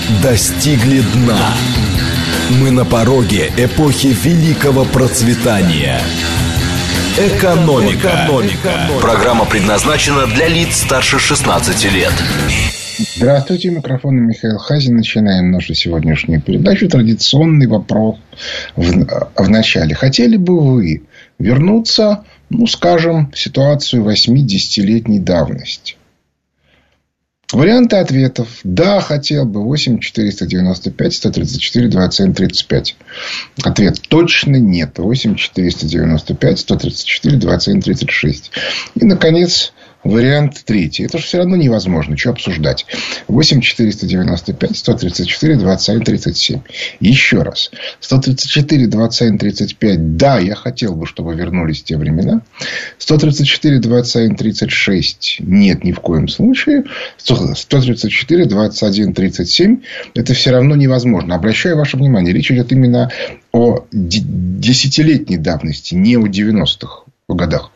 достигли дна. Мы на пороге эпохи великого процветания. Экономика. Программа предназначена для лиц старше 16 лет. Здравствуйте, микрофон Михаил Хазин. Начинаем нашу сегодняшнюю передачу. Традиционный вопрос в начале. Хотели бы вы вернуться, скажем, в ситуацию 8-10-летней давности? Варианты ответов. Да, хотел бы. 8 495 134 27 35. Ответ точно нет. 8 495 134 27 36. И, наконец, вариант третий. Это же все равно невозможно. Что обсуждать? 8 495 134 27 37. Еще раз. 134 27 35. Да, я хотел бы, чтобы вернулись те времена. 134 27 36. Нет, ни в коем случае. 134 21 37. Это все равно невозможно. Обращаю ваше внимание. Речь идет именно о десятилетней давности. Не о 90-х годах.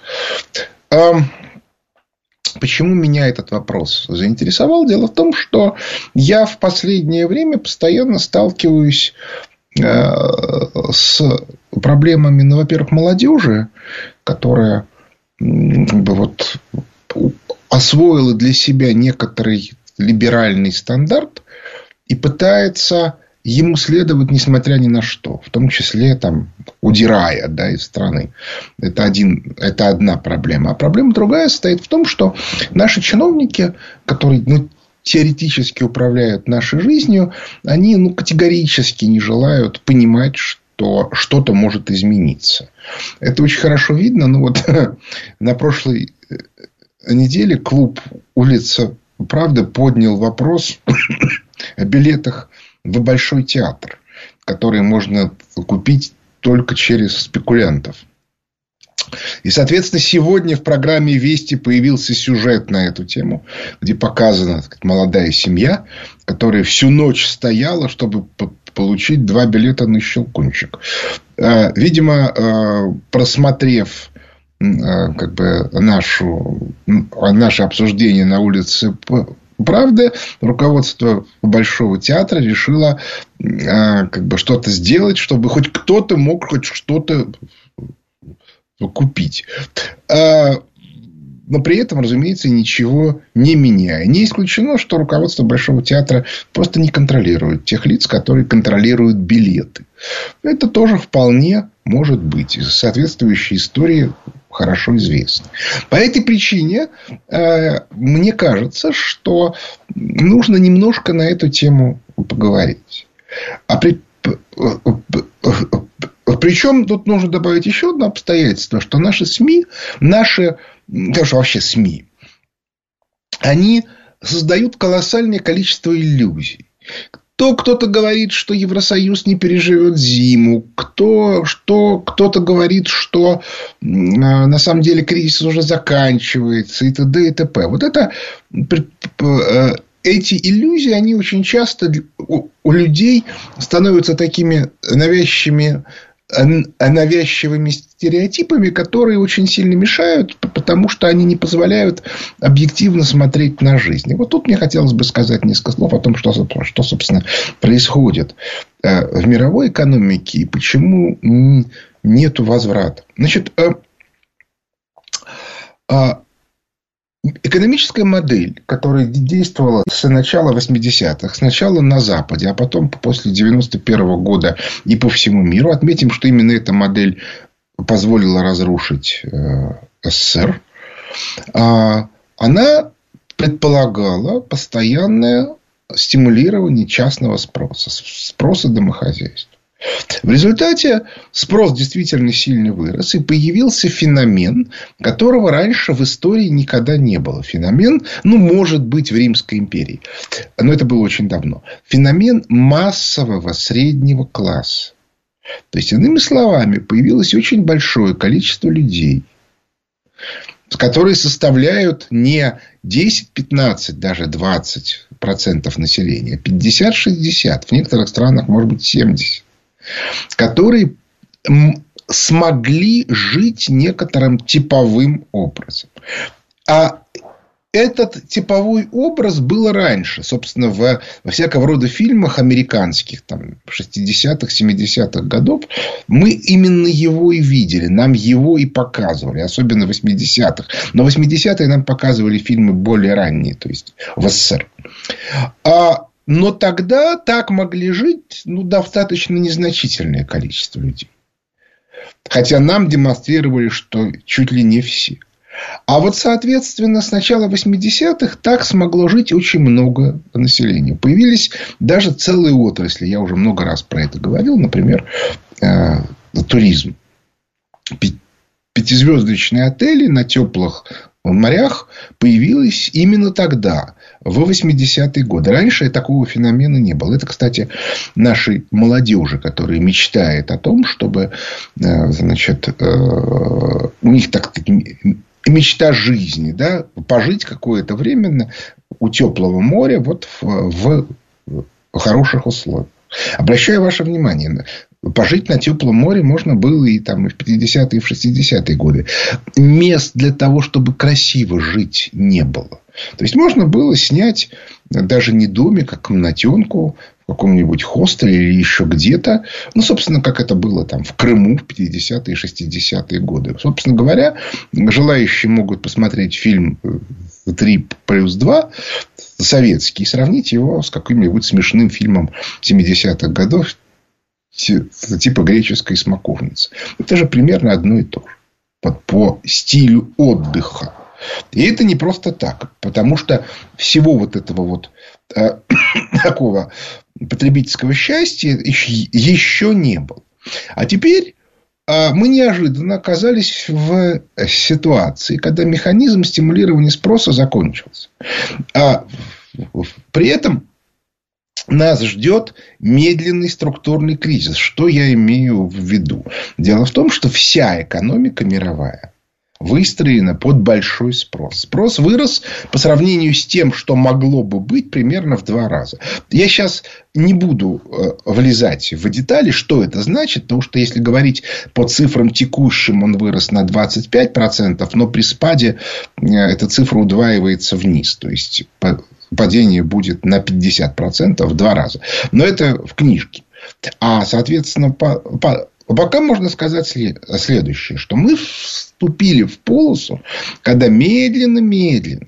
Почему меня этот вопрос заинтересовал? Дело в том, что я в последнее время постоянно сталкиваюсь с проблемами, во-первых, молодежи, которая освоила для себя некоторый либеральный стандарт и пытается ему следовать, несмотря ни на что. В том числе, удирая из страны. Это одна проблема. А проблема другая состоит в том, что наши чиновники, которые теоретически управляют нашей жизнью, они категорически не желают понимать, что что-то может измениться. Это очень хорошо видно. На прошлой неделе клуб «Улица Правды» поднял вопрос о билетах в Большой театр, который можно купить только через спекулянтов. И, соответственно, сегодня в программе «Вести» появился сюжет на эту тему, где показана молодая семья, которая всю ночь стояла, чтобы получить 2 билета на Щелкунчик. Видимо, просмотрев наше обсуждение на улице Правда, руководство Большого театра решило что-то сделать, чтобы хоть кто-то мог хоть что-то купить. Но при этом, разумеется, ничего не меняя. Не исключено, что руководство Большого театра просто не контролирует тех лиц, которые контролируют билеты. Это тоже вполне может быть. Соответствующие истории хорошо известны. По этой причине мне кажется, что нужно немножко на эту тему поговорить. Причем тут нужно добавить еще одно обстоятельство, что наши СМИ, вообще СМИ, они создают колоссальное количество иллюзий. Кто-то говорит, что Евросоюз не переживет зиму. Кто-то говорит, что на самом деле кризис уже заканчивается. И т.д. и т.п. Эти иллюзии, они очень часто у людей становятся такими навязчивыми стереотипами, которые очень сильно мешают, потому что они не позволяют объективно смотреть на жизнь. И тут мне хотелось бы сказать несколько слов о том, что собственно, происходит в мировой экономике и почему нет возврата. Экономическая модель, которая действовала с начала 80-х, сначала на Западе, а потом после 91-го года и по всему миру. Отметим, что именно эта модель позволила разрушить СССР. Она предполагала постоянное стимулирование частного спроса домохозяйств. В результате спрос действительно сильно вырос. И появился феномен, которого раньше в истории никогда не было. Феномен, может быть, в Римской империи. Но это было очень давно. Феномен массового среднего класса. То есть, иными словами, появилось очень большое количество людей, которые составляют не 10-15, даже 20% населения, а 50-60%. В некоторых странах, может быть, 70%. Которые смогли жить некоторым типовым образом. А этот типовой образ был раньше. Собственно, во всякого рода фильмах американских, там, 60-х, 70-х годов, мы именно его и видели. Нам его и показывали. Особенно в 80-х. Но в 80-е нам показывали фильмы более ранние. То есть, в СССР. Но тогда так могли жить достаточно незначительное количество людей. Хотя нам демонстрировали, что чуть ли не все. А вот, соответственно, с начала 80-х так смогло жить очень много населения. Появились даже целые отрасли. Я уже много раз про это говорил. Например, туризм. Пятизвездочные отели на теплых морях появились именно тогда, в 80-е годы. Раньше такого феномена не было. Это, кстати, нашей молодежи, которая мечтает о том, чтобы, значит, у них, так сказать, мечта жизни, да, пожить какое-то время у теплого моря вот в хороших условиях. Обращаю ваше внимание, пожить на теплом море можно было и в 50-е, и в 60-е годы. Мест для того, чтобы красиво жить, не было. То есть, можно было снять даже не домик, а комнатенку в каком-нибудь хостеле или еще где-то. Собственно, как это было в Крыму в 50-е и 60-е годы. Собственно говоря, желающие могут посмотреть фильм «3+2» советский и сравнить его с каким-нибудь смешным фильмом 70-х годов типа «Греческой смоковницы». Это же примерно одно и то же. По стилю отдыха. И это не просто так. Потому что всего вот этого такого потребительского счастья еще не было. А теперь мы неожиданно оказались в ситуации, когда механизм стимулирования спроса закончился. При этом нас ждет медленный структурный кризис. Что я имею в виду? Дело в том, что вся экономика мировая выстроена под большой спрос. Спрос вырос по сравнению с тем, что могло бы быть, примерно в 2 раза. Я сейчас не буду влезать в детали, что это значит. Потому что, если говорить по цифрам текущим, он вырос на 25%. Но при спаде эта цифра удваивается вниз. То есть, падение будет на 50% в 2 раза. Но это в книжке. А, соответственно, пока можно сказать следующее. Что мы вступили в полосу, когда медленно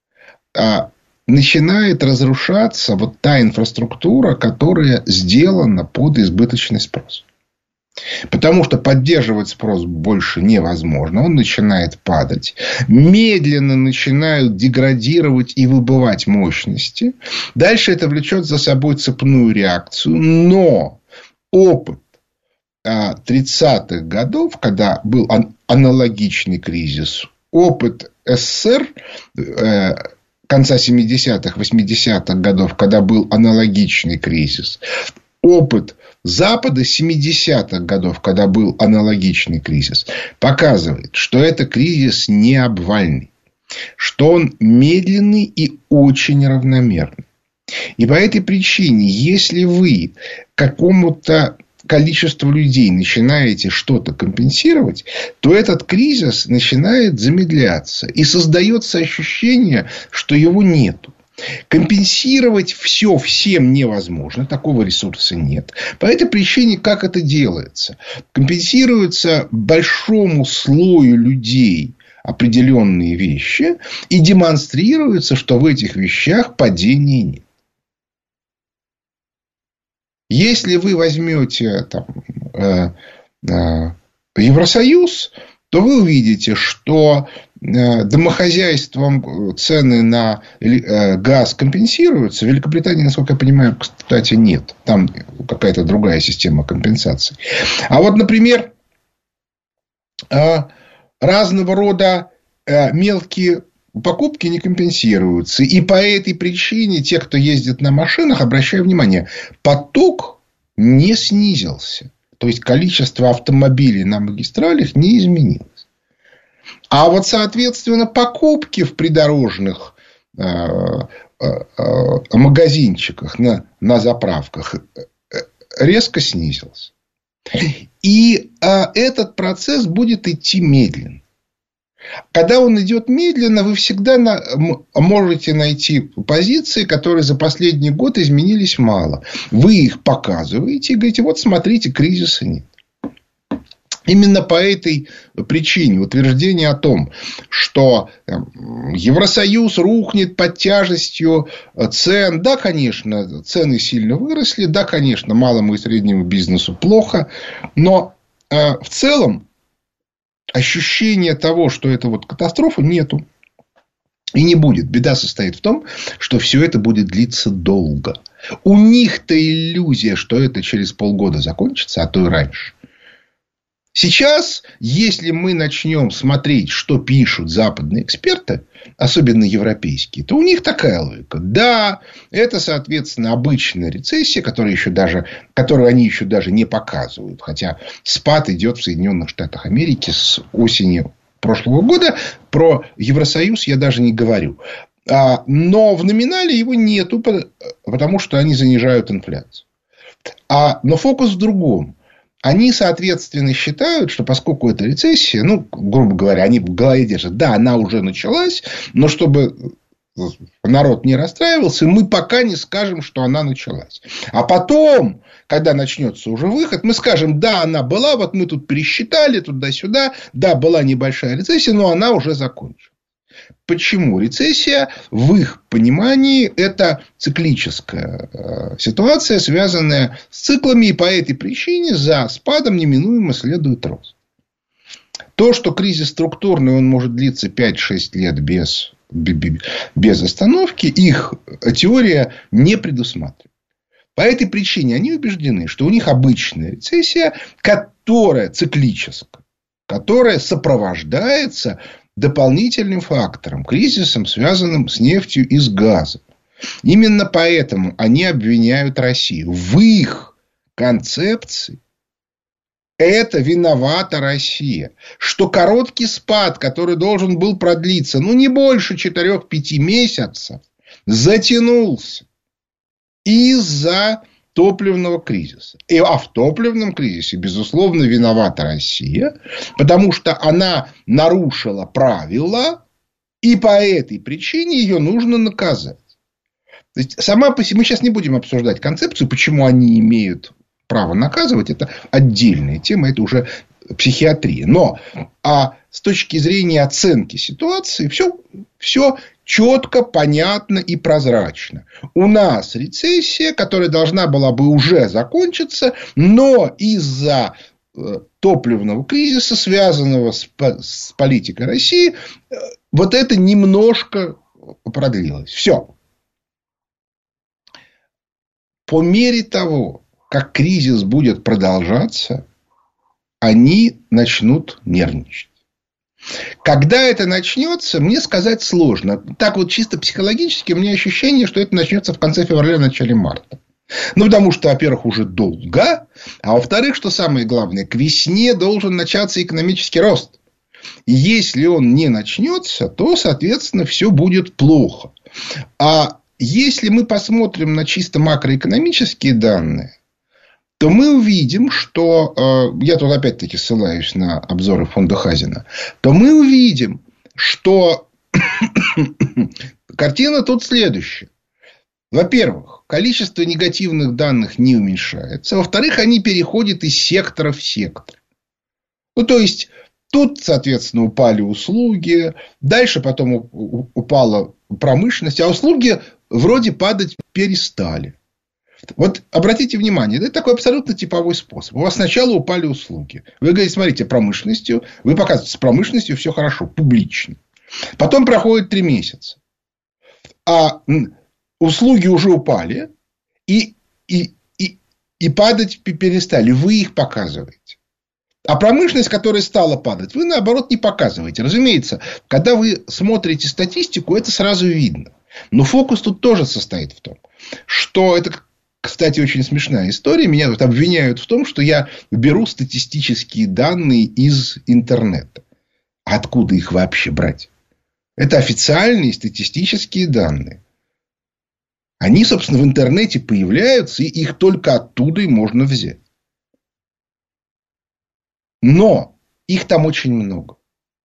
начинает разрушаться та инфраструктура, которая сделана под избыточный спрос. Потому что поддерживать спрос больше невозможно. Он начинает падать. Медленно начинают деградировать и выбывать мощности. Дальше это влечет за собой цепную реакцию. Но опыт 30-х годов, когда был аналогичный кризис, опыт СССР конца 70-х, 80-х годов, когда был аналогичный кризис, опыт Запада 70-х годов, когда был аналогичный кризис, показывает, что это кризис не обвальный, что он медленный и очень равномерный. И по этой причине, если вы какому-то количеству людей начинаете что-то компенсировать, то этот кризис начинает замедляться. И создается ощущение, что его нету. Компенсировать все всем невозможно. Такого ресурса нет. По этой причине, как это делается? Компенсируется большому слою людей определенные вещи. И демонстрируется, что в этих вещах падения нет. Если вы возьмете Евросоюз, то вы увидите, что домохозяйствам цены на газ компенсируются. В Великобритании, насколько я понимаю, кстати, нет. Там какая-то другая система компенсации. А вот, например, разного рода мелкие покупки не компенсируются. И по этой причине те, кто ездит на машинах, обращаю внимание, поток не снизился. То есть, количество автомобилей на магистралях не изменилось. А вот, соответственно, покупки в придорожных магазинчиках на заправках резко снизился. И этот процесс будет идти медленно. Когда он идет медленно, вы всегда можете найти позиции, которые за последний год изменились мало. Вы их показываете и говорите, вот смотрите, кризиса нет. Именно по этой причине утверждение о том, что Евросоюз рухнет под тяжестью цен. Да, конечно, цены сильно выросли. Да, конечно, малому и среднему бизнесу плохо. Но в целом ощущения того, что это вот катастрофа, нету. И не будет. Беда состоит в том, что все это будет длиться долго. У них-то иллюзия, что это через полгода закончится, а то и раньше. Сейчас, если мы начнем смотреть, что пишут западные эксперты, особенно европейские, то у них такая логика. Да, это, соответственно, обычная рецессия, которую они еще даже не показывают. Хотя спад идет в Соединенных Штатах Америки с осени прошлого года. Про Евросоюз я даже не говорю. Но в номинале его нету, потому что они занижают инфляцию. Но фокус в другом. Они, соответственно, считают, что поскольку это рецессия, грубо говоря, они в голове держат, да, она уже началась, но чтобы народ не расстраивался, мы пока не скажем, что она началась. А потом, когда начнется уже выход, мы скажем, да, она была, вот мы тут пересчитали туда-сюда, да, была небольшая рецессия, но она уже закончилась. Почему? Рецессия, в их понимании, это циклическая ситуация, связанная с циклами. И по этой причине за спадом неминуемо следует рост. То, что кризис структурный, он может длиться 5-6 лет без остановки, их теория не предусматривает. По этой причине они убеждены, что у них обычная рецессия, которая циклическая, которая сопровождается дополнительным фактором, кризисом, связанным с нефтью и с газом. Именно поэтому они обвиняют Россию. В их концепции это виновата Россия. Что короткий спад, который должен был продлиться, не больше 4-5 месяцев, затянулся из-за топливного кризиса. А в топливном кризисе, безусловно, виновата Россия, потому что она нарушила правила, и по этой причине ее нужно наказать. То есть, сама по себе, мы сейчас не будем обсуждать концепцию, почему они имеют право наказывать, это отдельная тема, это уже психиатрия. Но с точки зрения оценки ситуации, все четко, понятно и прозрачно. У нас рецессия, которая должна была бы уже закончиться, но из-за топливного кризиса, связанного с политикой России, вот это немножко продлилось. Все. По мере того, как кризис будет продолжаться, они начнут нервничать. Когда это начнется, мне сказать сложно. Так вот чисто психологически у меня ощущение, что это начнется в конце февраля, начале марта. Потому что, во-первых, уже долго. А во-вторых, что самое главное, к весне должен начаться экономический рост. И если он не начнется, то, соответственно, все будет плохо. А если мы посмотрим на чисто макроэкономические данные, то мы увидим, что, я тут опять-таки ссылаюсь на обзоры фонда Хазина, то мы увидим, что картина тут следующая. Во-первых, количество негативных данных не уменьшается. Во-вторых, они переходят из сектора в сектор. То есть, тут, соответственно, упали услуги. Дальше потом упала промышленность. А услуги вроде падать перестали. Вот обратите внимание, это такой абсолютно типовой способ. У вас сначала упали услуги. Вы говорите, смотрите, промышленностью. Вы показываете, с промышленностью все хорошо, публично. Потом проходит 3 месяца. А услуги уже упали. И падать перестали. Вы их показываете. А промышленность, которая стала падать, вы, наоборот, не показываете. Разумеется, когда вы смотрите статистику, это сразу видно. Но фокус тут тоже состоит в том, что это... Кстати, очень смешная история. Меня тут обвиняют в том, что я беру статистические данные из интернета. Откуда их вообще брать? Это официальные статистические данные. Они, собственно, в интернете появляются, и их только оттуда и можно взять. Но их там очень много.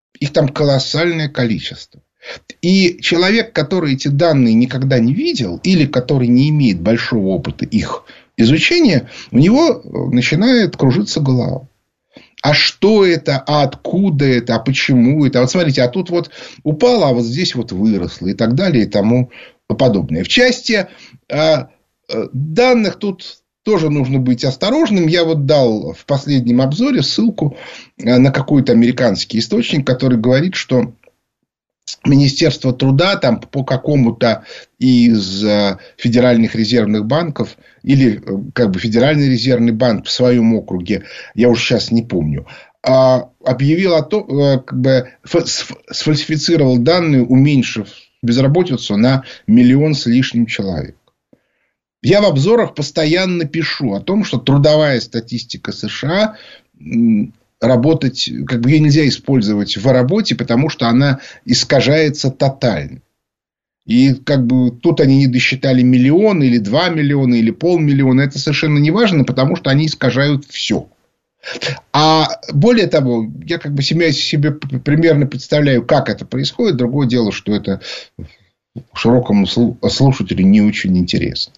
Их там колоссальное количество. И человек, который эти данные никогда не видел, или который не имеет большого опыта их изучения, у него начинает кружиться голова. А что это? А откуда это? А почему это? А вот смотрите, а тут вот упало, а вот здесь вот выросло. И так далее, и тому подобное. В части данных тут тоже нужно быть осторожным. Я вот дал в последнем обзоре ссылку на какой-то американский источник, который говорит, что Министерство труда там по какому-то из федеральных резервных банков или как бы Федеральный резервный банк в своем округе, я уже сейчас не помню, объявил о том, как бы сфальсифицировал данные, уменьшив безработицу на 1 миллион с лишним человек. Я в обзорах постоянно пишу о том, что трудовая статистика США работать, как бы ее нельзя использовать в работе, потому что она искажается тотально. И как бы тут они не досчитали 1 миллион, или 2 миллиона, или 500 000. Это совершенно не важно, потому что они искажают все. А более того, я как бы себе примерно представляю, как это происходит. Другое дело, что это широкому слушателю не очень интересно.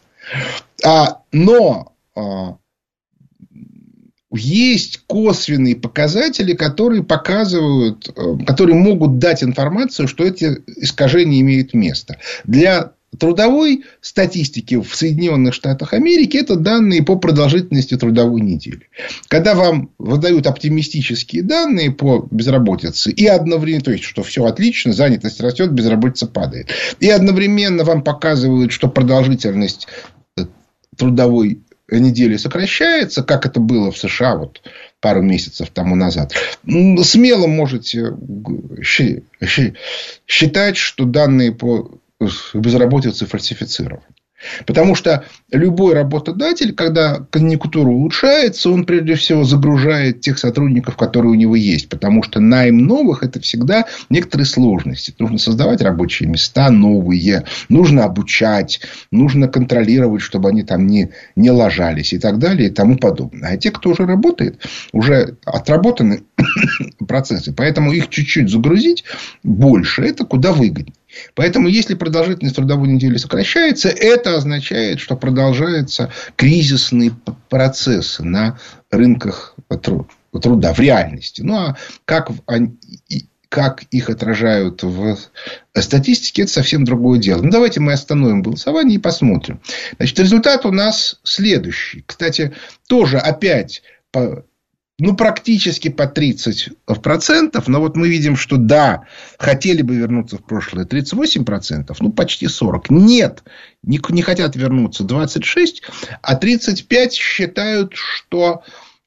Но есть косвенные показатели, которые показывают, которые могут дать информацию, что эти искажения имеют место. Для трудовой статистики в Соединенных Штатах Америки это данные по продолжительности трудовой недели. Когда вам выдают оптимистические данные по безработице, и одновременно, то есть, что все отлично, занятость растет, безработица падает, и одновременно вам показывают, что продолжительность трудовой недели сокращается, как это было в США вот пару месяцев тому назад, смело можете считать, что данные по безработице фальсифицированы. Потому что любой работодатель, когда конъюнктура улучшается, он прежде всего загружает тех сотрудников, которые у него есть. Потому что найм новых – это всегда некоторые сложности. Нужно создавать рабочие места новые, нужно обучать, нужно контролировать, чтобы они там не ложались и так далее и тому подобное. А те, кто уже работает, уже отработаны процессы. Поэтому их чуть-чуть загрузить больше – это куда выгоднее. Поэтому, если продолжительность трудовой недели сокращается, это означает, что продолжаются кризисные процессы на рынках труда в реальности. Ну, а как их отражают в статистике, это совсем другое дело. Ну, давайте мы остановим голосование и посмотрим. Значит, результат у нас следующий. Кстати, тоже опять практически по 30%. Но вот мы видим, что да, хотели бы вернуться в прошлое 38%, почти 40%. Нет, не хотят вернуться 26%, а 35% считают, что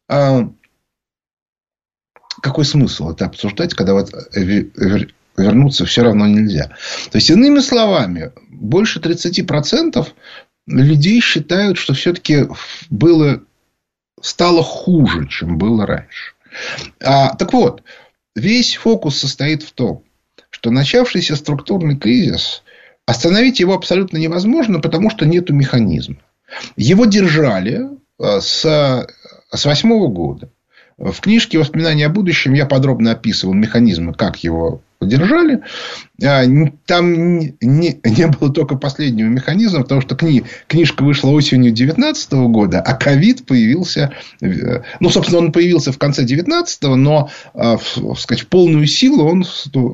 какой смысл это обсуждать, когда вот вернуться все равно нельзя. То есть, иными словами, больше 30% людей считают, что все-таки стало хуже, чем было раньше. Так вот, весь фокус состоит в том, что начавшийся структурный кризис, остановить его абсолютно невозможно, потому что нет механизма. Его держали с 2008 года. В книжке «Воспоминания о будущем» я подробно описывал механизмы, как его держали. Там не было только последнего механизма, потому что книжка вышла осенью 2019 года, а ковид появился... собственно, он появился в конце 2019-го, но в полную силу он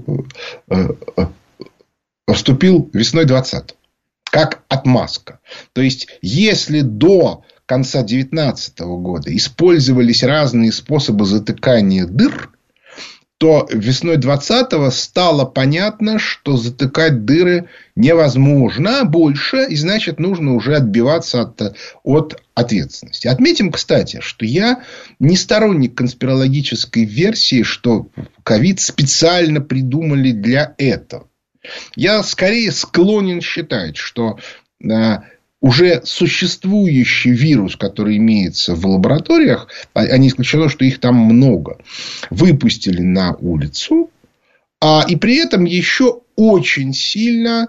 вступил весной 2020-го. Как отмазка. То есть, если до конца 2019 года использовались разные способы затыкания дыр, то весной 2020-го стало понятно, что затыкать дыры невозможно больше, и значит, нужно уже отбиваться от ответственности. Отметим, кстати, что я не сторонник конспирологической версии, что ковид специально придумали для этого. Я скорее склонен считать, что уже существующий вирус, который имеется в лабораториях, а не исключено, что их там много, выпустили на улицу, и при этом еще очень сильно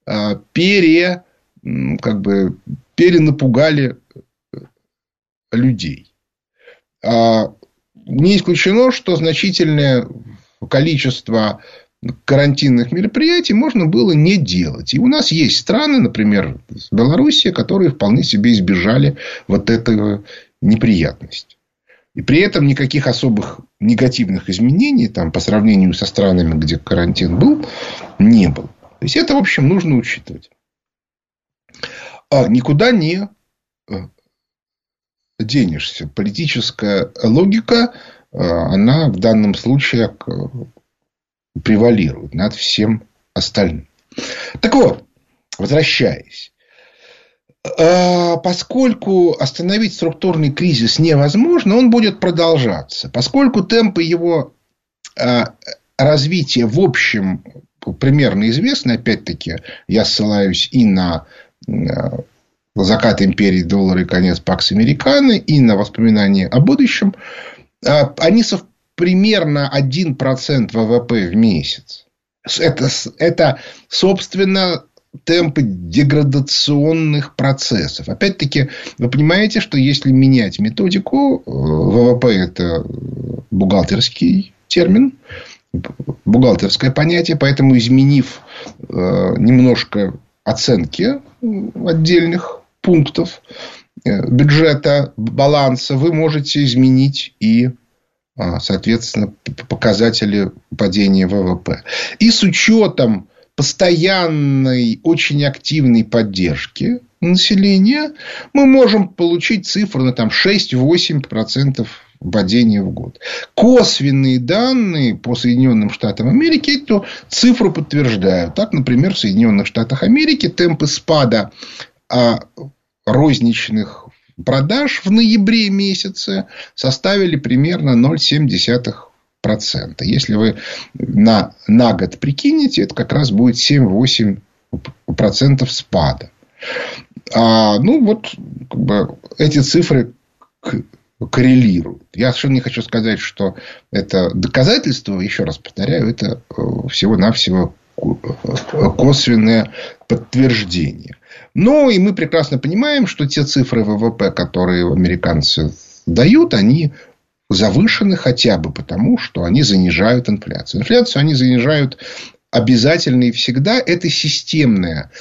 перенапугали людей. Не исключено, что значительная количество карантинных мероприятий можно было не делать. И у нас есть страны, например, Белоруссия, которые вполне себе избежали вот этой неприятности. И при этом никаких особых негативных изменений там, по сравнению со странами, где карантин был, не было. То есть, это, в общем, нужно учитывать. Никуда не денешься. Политическая логика, она в данном случае превалирует над всем остальным. Так вот, возвращаясь. Поскольку остановить структурный кризис невозможно, он будет продолжаться. Поскольку темпы его развития в общем примерно известны, опять-таки, я ссылаюсь и на закат империи, доллара и конец Пакс Американо, и на воспоминания о будущем, они примерно 1% ВВП в месяц. Это, собственно, темпы деградационных процессов. Опять-таки, вы понимаете, что если менять методику, ВВП – это бухгалтерский термин, бухгалтерское понятие, поэтому, изменив немножко оценки отдельных пунктов бюджета, баланса, вы можете изменить и, соответственно, показатели падения ВВП. И с учетом постоянной, очень активной поддержки населения мы можем получить цифру на 6-8% падения в год. Косвенные данные по Соединенным Штатам Америки эту цифру подтверждают. Так, например, в Соединенных Штатах Америки темпы спада розничных продаж в ноябре месяце составили примерно 0,7%. Если вы на год прикинете, это как раз будет 7-8% спада. Эти цифры коррелируют. Я совершенно не хочу сказать, что это доказательство, еще раз повторяю, это всего-навсего косвенное подтверждение. Но и мы прекрасно понимаем, что те цифры ВВП, которые американцы дают, они завышены хотя бы потому, что они занижают инфляцию. Инфляцию они занижают обязательно и всегда. Это системное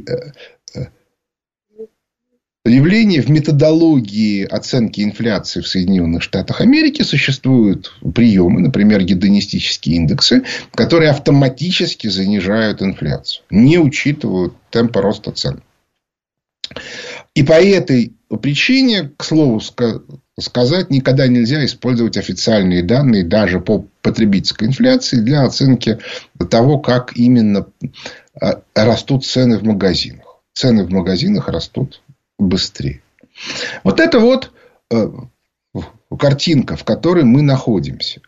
явление. В методологии оценки инфляции в Соединенных Штатах Америки существуют приемы, например, гедонистические индексы, которые автоматически занижают инфляцию, не учитывают темпа роста цен. И по этой причине, к слову сказать, никогда нельзя использовать официальные данные даже по потребительской инфляции для оценки того, как именно растут цены в магазинах. Цены в магазинах растут быстрее. Вот это вот картинка, в которой мы находимся.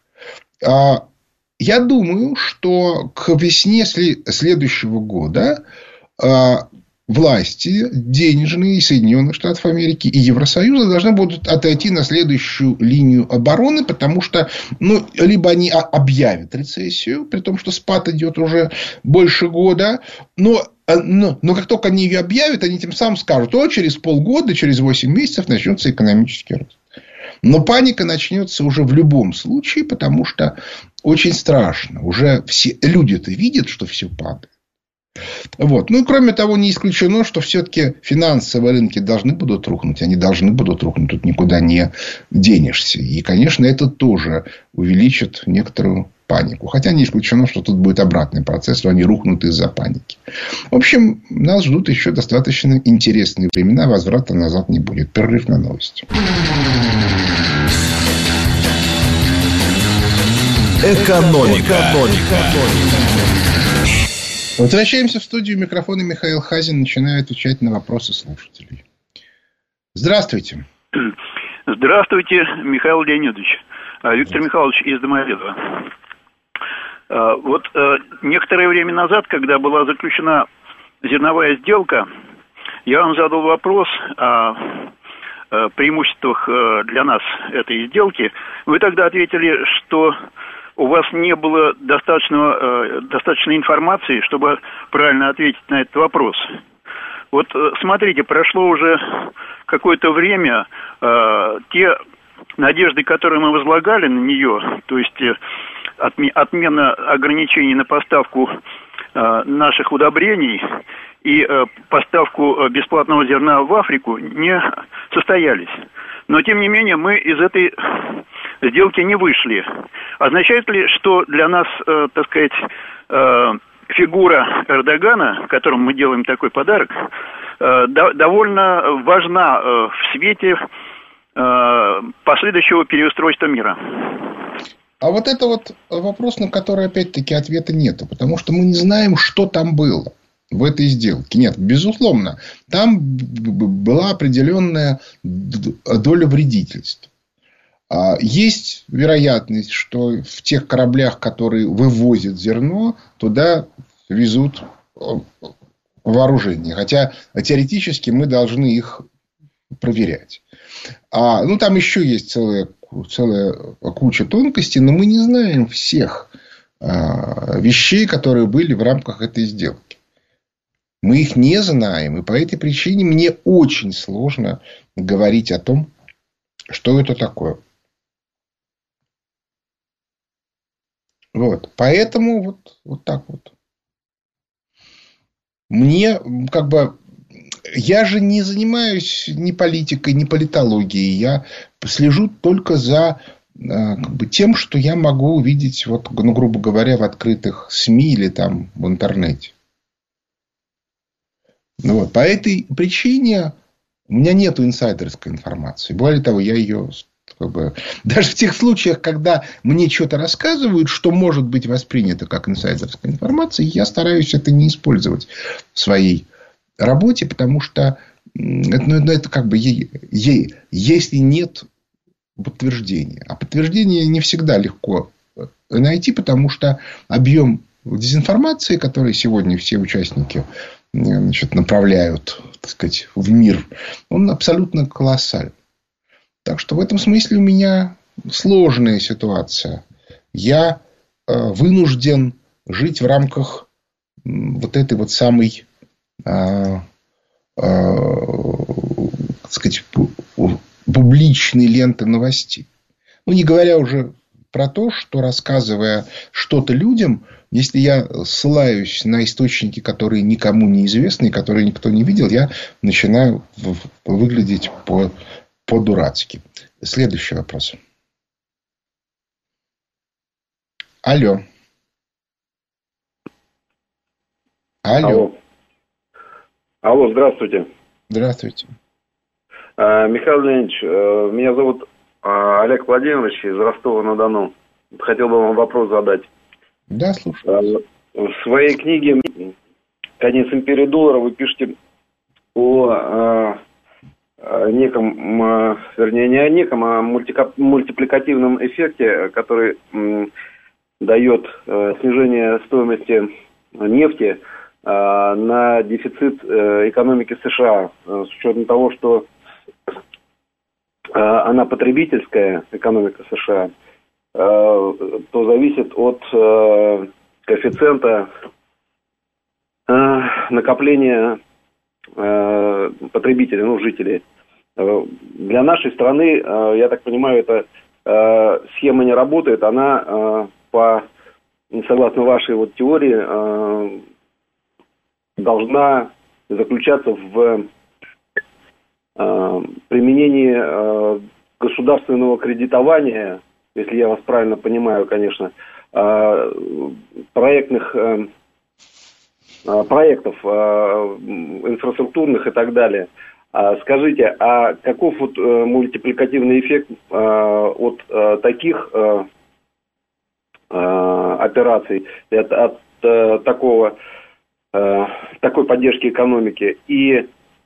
Я думаю, что к весне следующего года власти денежные Соединенных Штатов Америки и Евросоюза должны будут отойти на следующую линию обороны, потому что либо они объявят рецессию, при том, что спад идет уже больше года, но как только они ее объявят, они тем самым скажут, через полгода, через 8 месяцев начнется экономический рост. Но паника начнется уже в любом случае, потому что очень страшно. Уже все люди-то видят, что все падает. Вот. И кроме того, не исключено, что все-таки финансовые рынки должны будут рухнуть. Они должны будут рухнуть. Тут никуда не денешься. И, конечно, это тоже увеличит некоторую панику. Хотя не исключено, что тут будет обратный процесс, что они рухнут из-за паники. В общем, нас ждут еще достаточно интересные времена. Возврата назад не будет. Перерыв на новости. Экономика. Возвращаемся в студию. Микрофон Михаил Хазин. Начинаю отвечать на вопросы слушателей. Здравствуйте. Здравствуйте, Михаил Леонидович. Виктор Михайлович из Домодедова. Вот некоторое время назад, когда была заключена зерновая сделка, я вам задал вопрос о преимуществах для нас этой сделки. Вы тогда ответили, что у вас не было достаточной информации, чтобы правильно ответить на этот вопрос. Вот смотрите, прошло уже какое-то время, те надежды, которые мы возлагали на нее, то есть отмена ограничений на поставку наших удобрений и поставку бесплатного зерна в Африку не состоялись. Но, тем не менее, мы из этой сделки не вышли. Означает ли, что для нас, так сказать, фигура Эрдогана, которому мы делаем такой подарок, довольно важна в свете последующего переустройства мира? А вот это вот вопрос, на который, опять-таки, ответа нету. Потому что мы не знаем, что там было в этой сделке. Нет, безусловно, там была определенная доля вредительства. Есть вероятность, что в тех кораблях, которые вывозят зерно, туда везут вооружение. Хотя теоретически мы должны их проверять. Там еще есть целая куча тонкостей, но мы не знаем всех вещей, которые были в рамках этой сделки. Мы их не знаем. И по этой причине мне очень сложно говорить о том, что это такое. Вот. Поэтому вот так вот. Мне я же не занимаюсь ни политикой, ни политологией. Я слежу только за тем, что я могу увидеть, грубо говоря, в открытых СМИ или там в интернете. Вот. По этой причине у меня нет инсайдерской информации. Более того, я ее... Даже в тех случаях, когда мне что-то рассказывают, что может быть воспринято как инсайдерская информация, я стараюсь это не использовать в своей работе, потому что это если нет подтверждения. А подтверждение не всегда легко найти, потому что объем дезинформации, который сегодня все участники направляют, так сказать, в мир, он абсолютно колоссален. Так что в этом смысле у меня сложная ситуация. Я вынужден жить в рамках вот этой вот самой, так сказать, публичной ленты новостей. Не говоря уже про то, что, рассказывая что-то людям, если я ссылаюсь на источники, которые никому не известны и которые никто не видел, я начинаю выглядеть по-дурацки. Следующий вопрос. Алло. Алло, здравствуйте. Здравствуйте. Михаил Леонидович, меня зовут Олег Владимирович из Ростова-на-Дону. Хотел бы вам вопрос задать. Да, слушаю. В своей книге «Конец империи доллара» вы пишете о неком, вернее, не о неком, а мультипликативном эффекте, который дает снижение стоимости нефти на дефицит экономики США. С учетом того, что она потребительская, экономика США, то зависит от коэффициента накопления потребителей, жителей. Для нашей страны, я так понимаю, эта схема не работает. Она, согласно вашей теории, должна заключаться в применении государственного кредитования, если я вас правильно понимаю, конечно, проектов инфраструктурных и так далее. Скажите, а каков мультипликативный эффект от таких операций, от такой поддержки экономики? И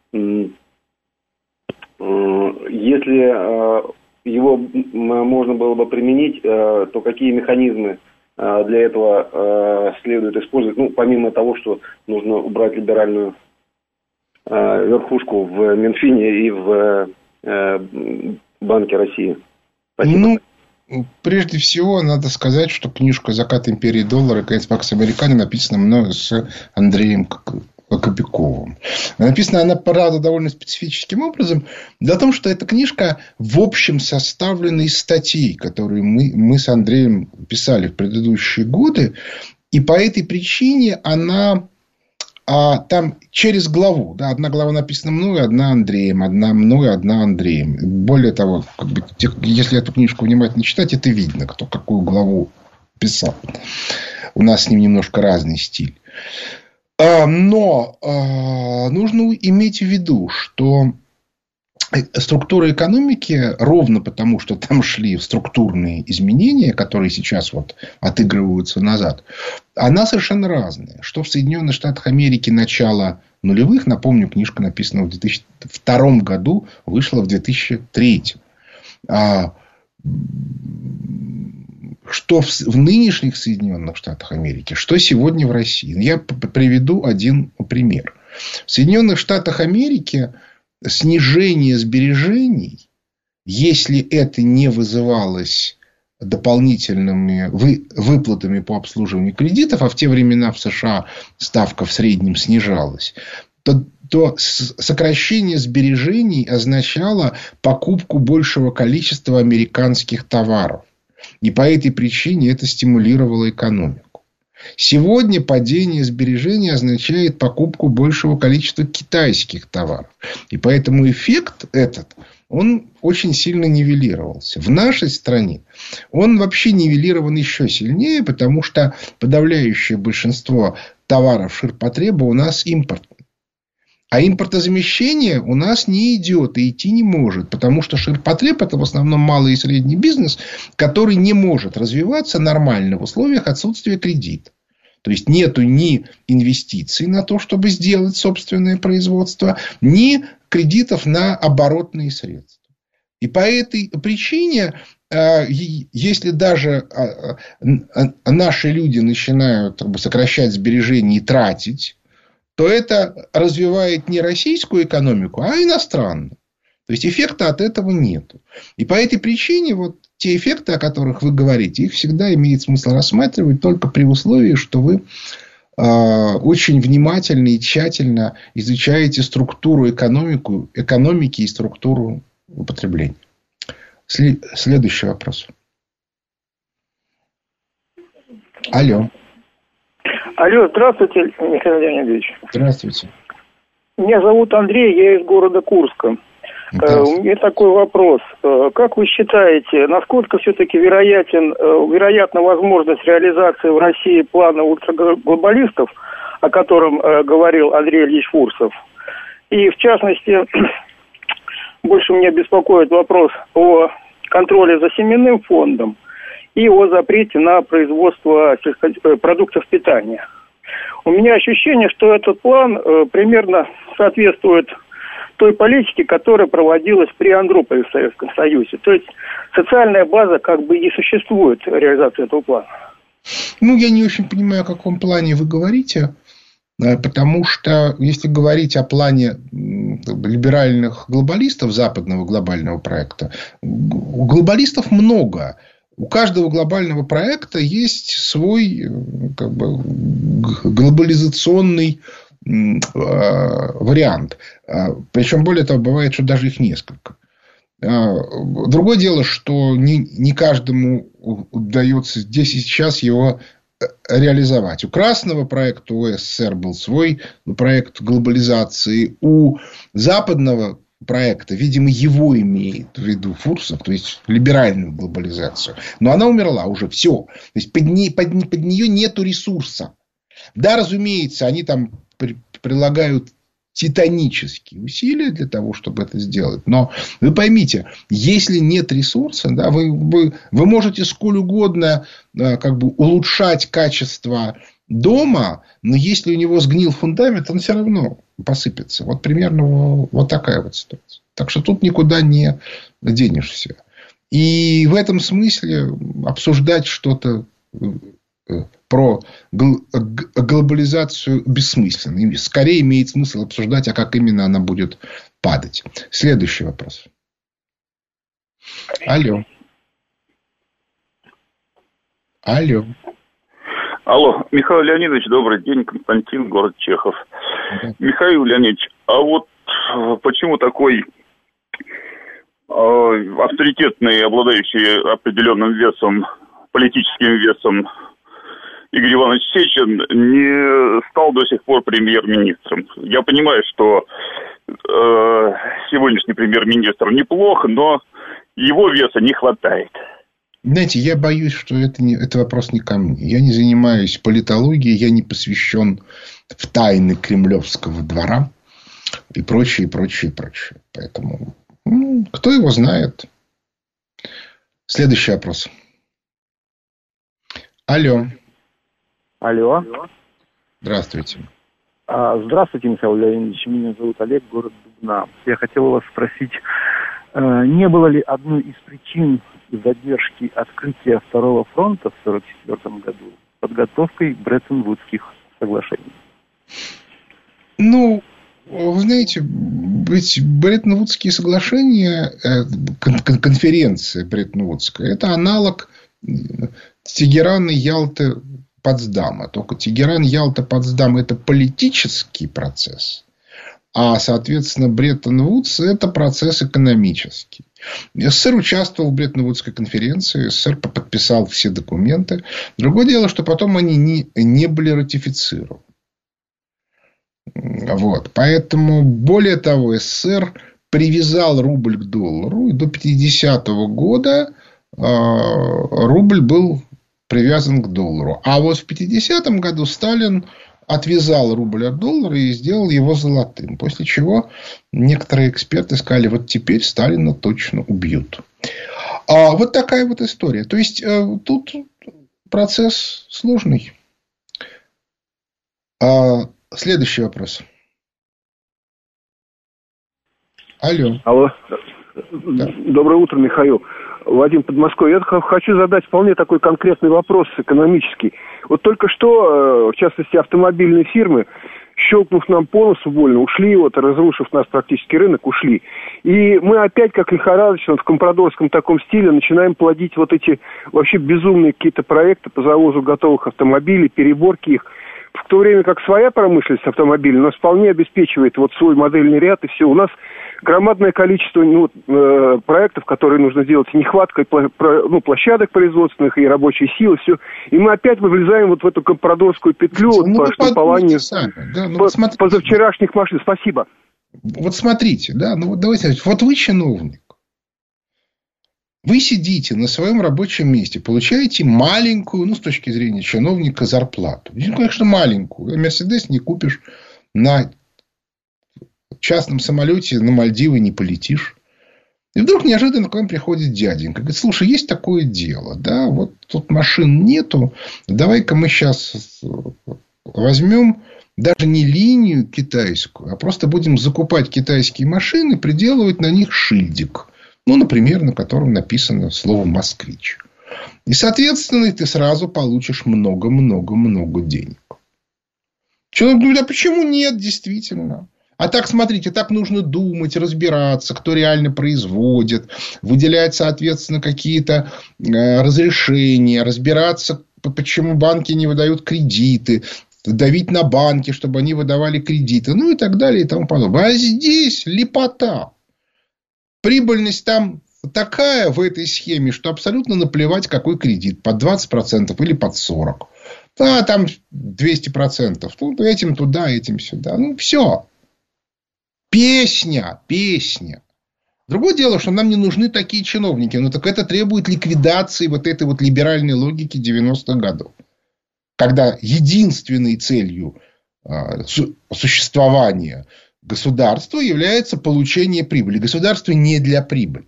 если его можно было бы применить, то какие механизмы для этого следует использовать? Помимо того, что нужно убрать либеральную верхушку в Минфине и в Банке России. Спасибо. Прежде всего, надо сказать, что книжка «Закат империи доллара. Конец Пакс Американо» написана мною с Андреем Кобяковым. Написана она, правда, довольно специфическим образом. Дело в том, что эта книжка в общем составлена из статей, которые мы с Андреем писали в предыдущие годы. И по этой причине она там через главу. Да, одна глава написана мной, одна Андреем. Одна мной, одна Андреем. Более того, если эту книжку внимательно читать, это видно, кто какую главу писал. У нас с ним немножко разный стиль. Но нужно иметь в виду, что структура экономики, ровно потому, что там шли структурные изменения, которые сейчас вот отыгрываются назад, она совершенно разная. Что в Соединенных Штатах Америки начала нулевых, напомню, книжка написана в 2002 году, вышла в 2003. Что в нынешних Соединенных Штатах Америки, что сегодня в России. Я приведу один пример. В Соединенных Штатах Америки снижение сбережений, если это не вызывалось дополнительными выплатами по обслуживанию кредитов, а в те времена в США ставка в среднем снижалась, то сокращение сбережений означало покупку большего количества американских товаров. И по этой причине это стимулировало экономику. Сегодня падение сбережений означает покупку большего количества китайских товаров. И поэтому эффект этот, он очень сильно нивелировался. В нашей стране он вообще нивелирован еще сильнее, потому что подавляющее большинство товаров ширпотреба у нас импортные. А импортозамещение у нас не идет и идти не может. Потому что ширпотреб – это в основном малый и средний бизнес, который не может развиваться нормально в условиях отсутствия кредита. То есть, нету ни инвестиций на то, чтобы сделать собственное производство, ни кредитов на оборотные средства. И по этой причине, если даже наши люди начинают сокращать сбережения и тратить, то это развивает не российскую экономику, а иностранную. То есть, эффекта от этого нет. И по этой причине вот те эффекты, о которых вы говорите, их всегда имеет смысл рассматривать только при условии, что вы очень внимательно и тщательно изучаете структуру экономики и структуру употребления. Следующий вопрос. Алло. Алло, здравствуйте, Михаил Леонидович. Здравствуйте. Меня зовут Андрей, я из города Курска. У меня такой вопрос. Как вы считаете, насколько все-таки вероятна возможность реализации в России плана ультраглобалистов, о котором говорил Андрей Ильич Фурсов? И, в частности, больше меня беспокоит вопрос о контроле за семенным фондом и о запрете на производство продуктов питания. У меня ощущение, что этот план примерно соответствует той политике, которая проводилась при Андропове в Советском Союзе. То есть, социальная база как бы не существует реализации этого плана. Я не очень понимаю, о каком плане вы говорите. Потому что, если говорить о плане либеральных глобалистов западного глобального проекта, у глобалистов много. У каждого глобального проекта есть свой глобализационный вариант. Причем, более того, бывает, что даже их несколько. Другое дело, что не каждому удается здесь и сейчас его реализовать. У красного проекта УССР был свой проект глобализации. У западного проекта, видимо, его имеет в виду Фурсов, то есть либеральную глобализацию. Но она умерла уже, все. То есть под нее нету ресурса. Да, разумеется, они там прилагают титанические усилия для того, чтобы это сделать. Но вы поймите, если нет ресурса, да, вы можете сколь угодно улучшать качество дома, но если у него сгнил фундамент, он все равно посыпется. Вот примерно вот такая вот ситуация. Так что тут никуда не денешься. И в этом смысле обсуждать что-то про глобализацию бессмысленно. Скорее имеет смысл обсуждать, а как именно она будет падать. Следующий вопрос. Алло. Алло, Михаил Леонидович, добрый день, Константин, город Чехов. Михаил Леонидович, а вот почему такой авторитетный, обладающий определенным весом, политическим весом Игорь Иванович Сечин не стал до сих пор премьер-министром? Я понимаю, что сегодняшний премьер-министр неплох, но его веса не хватает. Знаете, я боюсь, что это вопрос не ко мне. Я не занимаюсь политологией, я не посвящен в тайны кремлевского двора и прочее, прочее, прочее. Поэтому кто его знает. Следующий вопрос. Алло. Алло. Здравствуйте. Здравствуйте, Михаил Леонидович. Меня зовут Олег, город Дубна. Я хотел у вас спросить, не было ли одной из причин задержки открытия Второго фронта в 1944 году подготовкой Бреттон-Вудских соглашений? Вы знаете, ведь Бреттон-Вудские соглашения, конференция Бреттон-Вудская, это аналог Тегерана, Ялты, Потсдама. Только Тегеран, Ялта, Потсдам – это политический процесс. А, соответственно, Бреттон-Вудс – это процесс экономический. СССР участвовал в Бреттон-Вудской конференции. СССР подписал все документы. Другое дело, что потом они не были ратифицированы. Поэтому, более того, СССР привязал рубль к доллару. И до 50-го года рубль был привязан к доллару. А вот в 50-м году Сталин отвязал рубль от доллара и сделал его золотым. После чего некоторые эксперты сказали, вот теперь Сталина точно убьют. Вот такая вот история. То есть, тут процесс сложный. Следующий вопрос. Алло. Да. Доброе утро, Михаил. Вадим, Подмосковье. Я хочу задать вполне такой конкретный вопрос экономический. Вот только что, в частности, автомобильные фирмы, щелкнув нам по носу больно, ушли, разрушив нас практически рынок, ушли. И мы опять, как лихорадочно, в компрадорском таком стиле, начинаем плодить эти вообще безумные какие-то проекты по завозу готовых автомобилей, переборки их. В то время как своя промышленность автомобилей нас вполне обеспечивает свой модельный ряд, и все. У нас громадное количество проектов, которые нужно делать, нехватка площадок производственных и рабочей силы, все. И мы опять вылезаем в эту компрадорскую петлю по штампованию позавчерашних машин. Спасибо. Вот смотрите, давайте, вы чиновник. Вы сидите на своем рабочем месте, получаете маленькую, с точки зрения чиновника, зарплату. Конечно, маленькую. Мерседес не купишь, на частном самолете на Мальдивы не полетишь. И вдруг неожиданно к вам приходит дяденька. Говорит, слушай, есть такое дело. Тут машин нету. Давай-ка мы сейчас возьмем даже не линию китайскую, а просто будем закупать китайские машины, приделывать на них шильдик. Например, на котором написано слово «москвич». И, соответственно, ты сразу получишь много-много-много денег. Человек говорит, а почему нет, действительно? А так, смотрите, так нужно думать, разбираться, кто реально производит, выделять, соответственно, какие-то разрешения, разбираться, почему банки не выдают кредиты, давить на банки, чтобы они выдавали кредиты, и так далее, и тому подобное. А здесь лепота. Прибыльность там такая в этой схеме, что абсолютно наплевать, какой кредит. Под 20% или под 40%. Там 200%. Этим туда, этим сюда. Все. Песня. Другое дело, что нам не нужны такие чиновники. Так это требует ликвидации этой либеральной логики 90-х годов. Когда единственной целью существования государства является получение прибыли. Государство не для прибыли.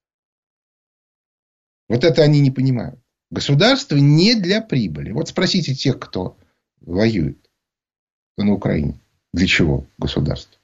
Это они не понимают. Государство не для прибыли. Спросите тех, кто воюет на Украине. Для чего государство?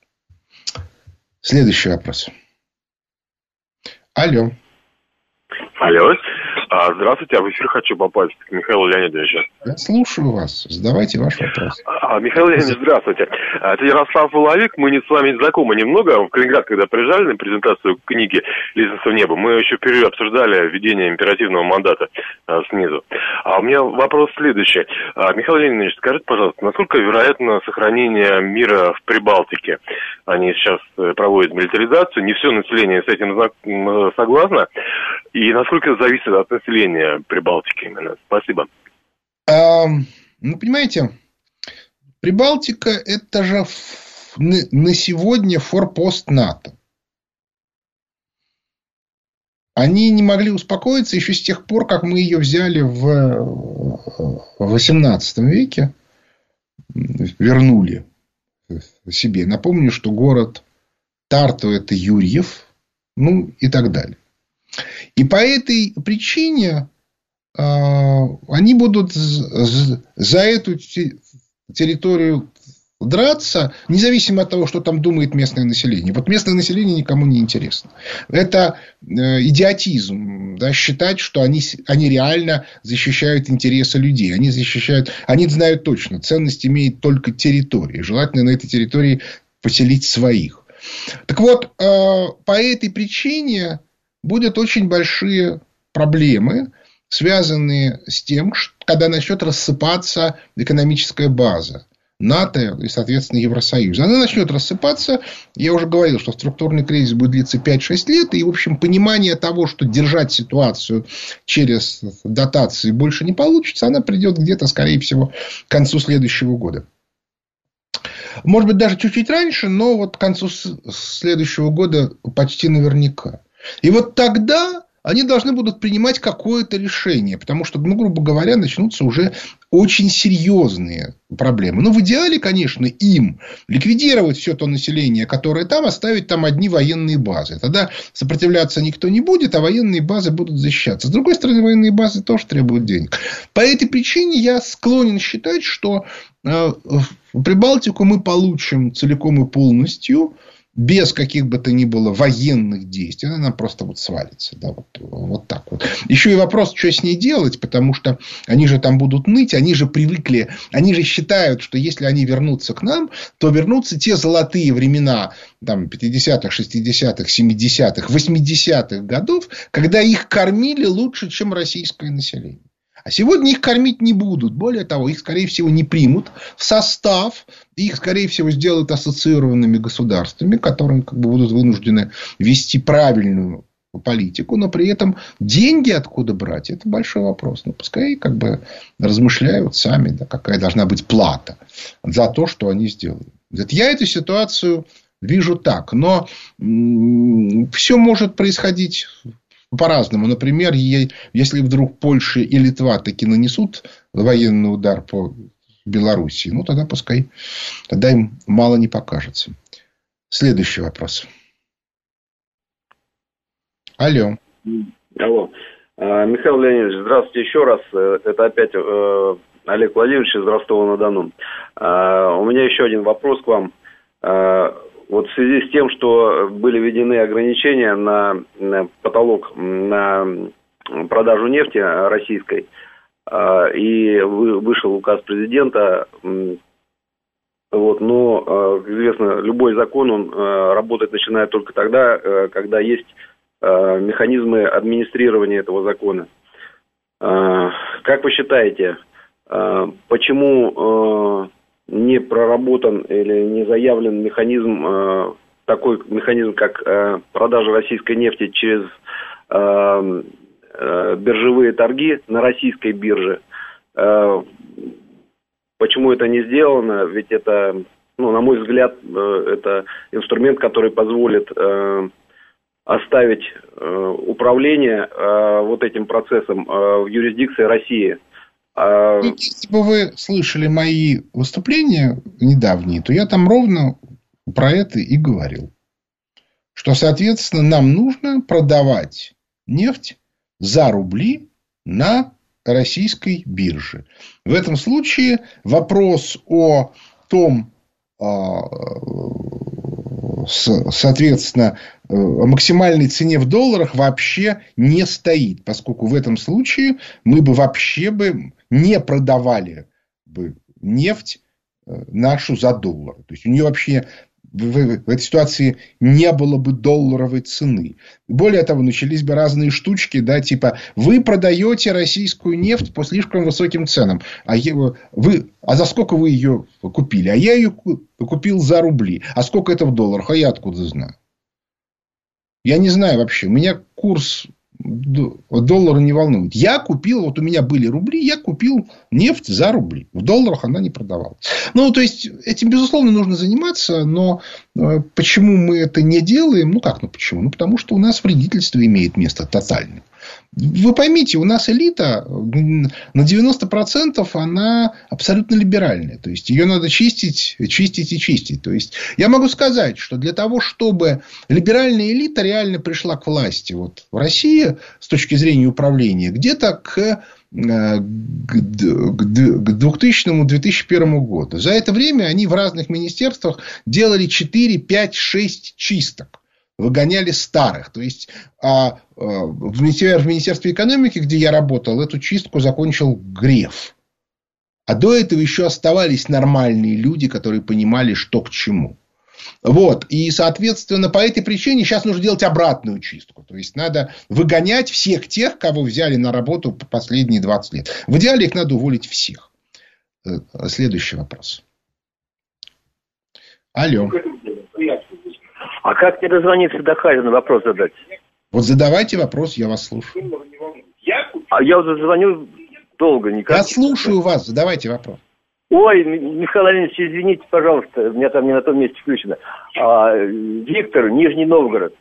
Следующий вопрос. Алло. Здравствуйте, в эфир хочу попасть к Михаилу Леонидовичу. Я слушаю вас. Задавайте ваш вопрос. Михаил Леонидович, здравствуйте. Это Ярослав Воловик. Мы с вами знакомы немного. В Калининград, когда приезжали на презентацию книги «Лестница в небо», мы еще впервые обсуждали введение императивного мандата снизу. У меня вопрос следующий. Михаил Леонидович, скажите, пожалуйста, насколько вероятно сохранение мира в Прибалтике? Они сейчас проводят милитаризацию, не все население с этим согласно. И насколько это зависит от населения Прибалтики именно? Спасибо. Понимаете, Прибалтика – это же на сегодня форпост НАТО. Они не могли успокоиться еще с тех пор, как мы ее взяли в XVIII веке, вернули себе. Напомню, что город Тарту – это Юрьев, и так далее. И по этой причине они будут за эту территорию драться, независимо от того, что там думает местное население. Вот местное население никому не интересно. Это идиотизм, считать, что они реально защищают интересы людей. Они знают точно, ценность имеет только территория. Желательно на этой территории поселить своих. Так вот, по этой причине будут очень большие проблемы, связанные с тем, когда начнет рассыпаться экономическая база НАТО и, соответственно, Евросоюза. Она начнет рассыпаться. Я уже говорил, что структурный кризис будет длиться 5-6 лет. И, в общем, понимание того, что держать ситуацию через дотации больше не получится, она придет где-то, скорее всего, к концу следующего года. Может быть, даже чуть-чуть раньше, но вот к концу следующего года почти наверняка. И вот тогда они должны будут принимать какое-то решение. Потому что, грубо говоря, начнутся уже очень серьезные проблемы. В идеале, конечно, им ликвидировать все то население, которое там, оставить там одни военные базы. Тогда сопротивляться никто не будет, а военные базы будут защищаться. С другой стороны, военные базы тоже требуют денег. По этой причине я склонен считать, что Прибалтику мы получим целиком и полностью, без каких бы то ни было военных действий. Она нам просто свалится. Вот так вот. Еще и вопрос, что с ней делать, потому что они же там будут ныть, они же привыкли, они же считают, что если они вернутся к нам, то вернутся те золотые времена 50-х, 60-х, 70-х, 80-х годов, когда их кормили лучше, чем российское население. А сегодня их кормить не будут. Более того, их, скорее всего, не примут в состав. Их, скорее всего, сделают ассоциированными государствами, которые будут вынуждены вести правильную политику. Но при этом деньги откуда брать? Это большой вопрос. Пускай размышляют сами, какая должна быть плата за то, что они сделали. Я эту ситуацию вижу так. Но все может происходить по-разному. Например, если вдруг Польша и Литва таки нанесут военный удар по Белоруссии, тогда им мало не покажется. Следующий вопрос. Алло. Михаил Леонидович, здравствуйте еще раз. Это опять Олег Владимирович из Ростова-на-Дону. У меня еще один вопрос к вам. Вот в связи с тем, что были введены ограничения на потолок на продажу нефти российской, и вышел указ президента, но, как известно, любой закон, он работать начинает только тогда, когда есть механизмы администрирования этого закона. Как вы считаете, почему не проработан или не заявлен механизм, такой механизм, как продажа российской нефти через биржевые торги на российской бирже? Почему это не сделано? Ведь это, на мой взгляд, это инструмент, который позволит оставить управление вот этим процессом в юрисдикции России. Если бы вы слышали мои выступления недавние, то я там ровно про это и говорил. Что, соответственно, нам нужно продавать нефть за рубли на российской бирже. В этом случае вопрос о том, соответственно, о максимальной цене в долларах вообще не стоит, поскольку в этом случае мы бы вообще не продавали бы нефть нашу за доллар. То есть, у нее вообще в этой ситуации не было бы долларовой цены. Более того, начались бы разные штучки, да, типа вы продаете российскую нефть по слишком высоким ценам, а за сколько вы ее купили? А я ее купил за рубли. А сколько это в долларах? А я откуда знаю? Я не знаю вообще. У меня курс доллара не волнует. Я купил, вот у меня были рубли, я купил нефть за рубли. В долларах она не продавалась. Ну, то есть, этим, безусловно, нужно заниматься, но почему мы это не делаем? Ну, как, почему? Ну, потому что у нас вредительство имеет место тотальное. Вы поймите, у нас элита на 90% она абсолютно либеральная. То есть, ее надо чистить, чистить и чистить. То есть, я могу сказать, что для того, чтобы либеральная элита реально пришла к власти вот в России с точки зрения управления, где-то к 2000-2001 году. За это время они в разных министерствах делали 4, 5, 6 чисток. Выгоняли старых. То есть, в Министерстве экономики, где я работал, эту чистку закончил Греф. А до этого еще оставались нормальные люди, которые понимали, что к чему. Вот. И, соответственно, по этой причине сейчас нужно делать обратную чистку. То есть, надо выгонять всех тех, кого взяли на работу последние 20 лет. В идеале их надо уволить всех. Следующий вопрос. Алло. А как мне дозвониться до Хазина, вопрос задать? Вот задавайте вопрос, я вас слушаю. А я уже звоню долго, никак. Я слушаю вас, задавайте вопрос. Ой, Михаил Леонидович, извините, пожалуйста, у меня там не на том месте включено. Виктор, Нижний Новгород.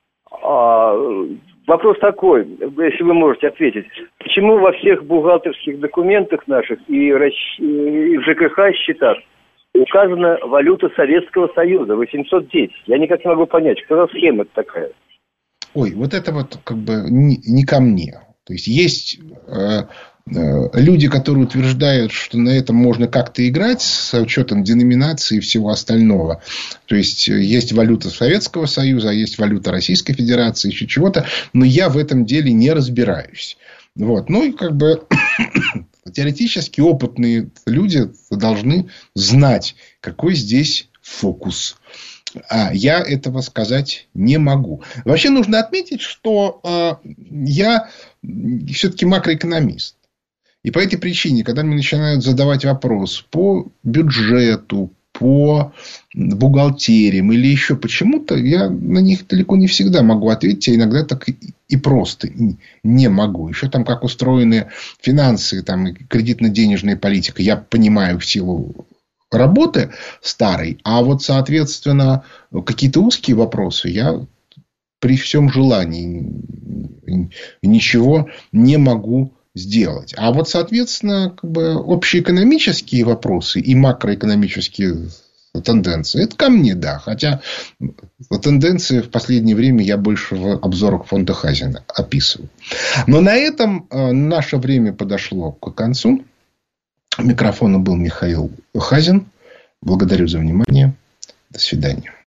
Вопрос такой, если вы можете ответить. Почему во всех бухгалтерских документах наших и в ЖКХ счетах указана валюта Советского Союза, 810. Я никак не могу понять, что за схема такая. Ой, вот это вот как бы не ко мне. То есть, есть люди, которые утверждают, что на этом можно как-то играть с учетом деноминации и всего остального. То есть, есть валюта Советского Союза, а есть валюта Российской Федерации, еще чего-то. Но я в этом деле не разбираюсь. Вот. Ну, и как бы теоретически опытные люди должны знать, какой здесь фокус. А я этого сказать не могу. Вообще нужно отметить, что я все-таки макроэкономист. И по этой причине, когда мне начинают задавать вопрос по бюджету, по бухгалтериям или еще почему-то, я на них далеко не всегда могу ответить, а иногда так и просто не могу. Еще там, как устроены финансы, там, и кредитно-денежная политика, я понимаю в силу работы старой, а вот, соответственно, какие-то узкие вопросы я при всем желании ничего не могу сделать. А вот, соответственно, как бы общеэкономические вопросы и макроэкономические тенденции, это ко мне, да. Хотя тенденции в последнее время я больше в обзорах фонда Хазина описываю. Но на этом наше время подошло к концу. У микрофона был Михаил Хазин. Благодарю за внимание. До свидания.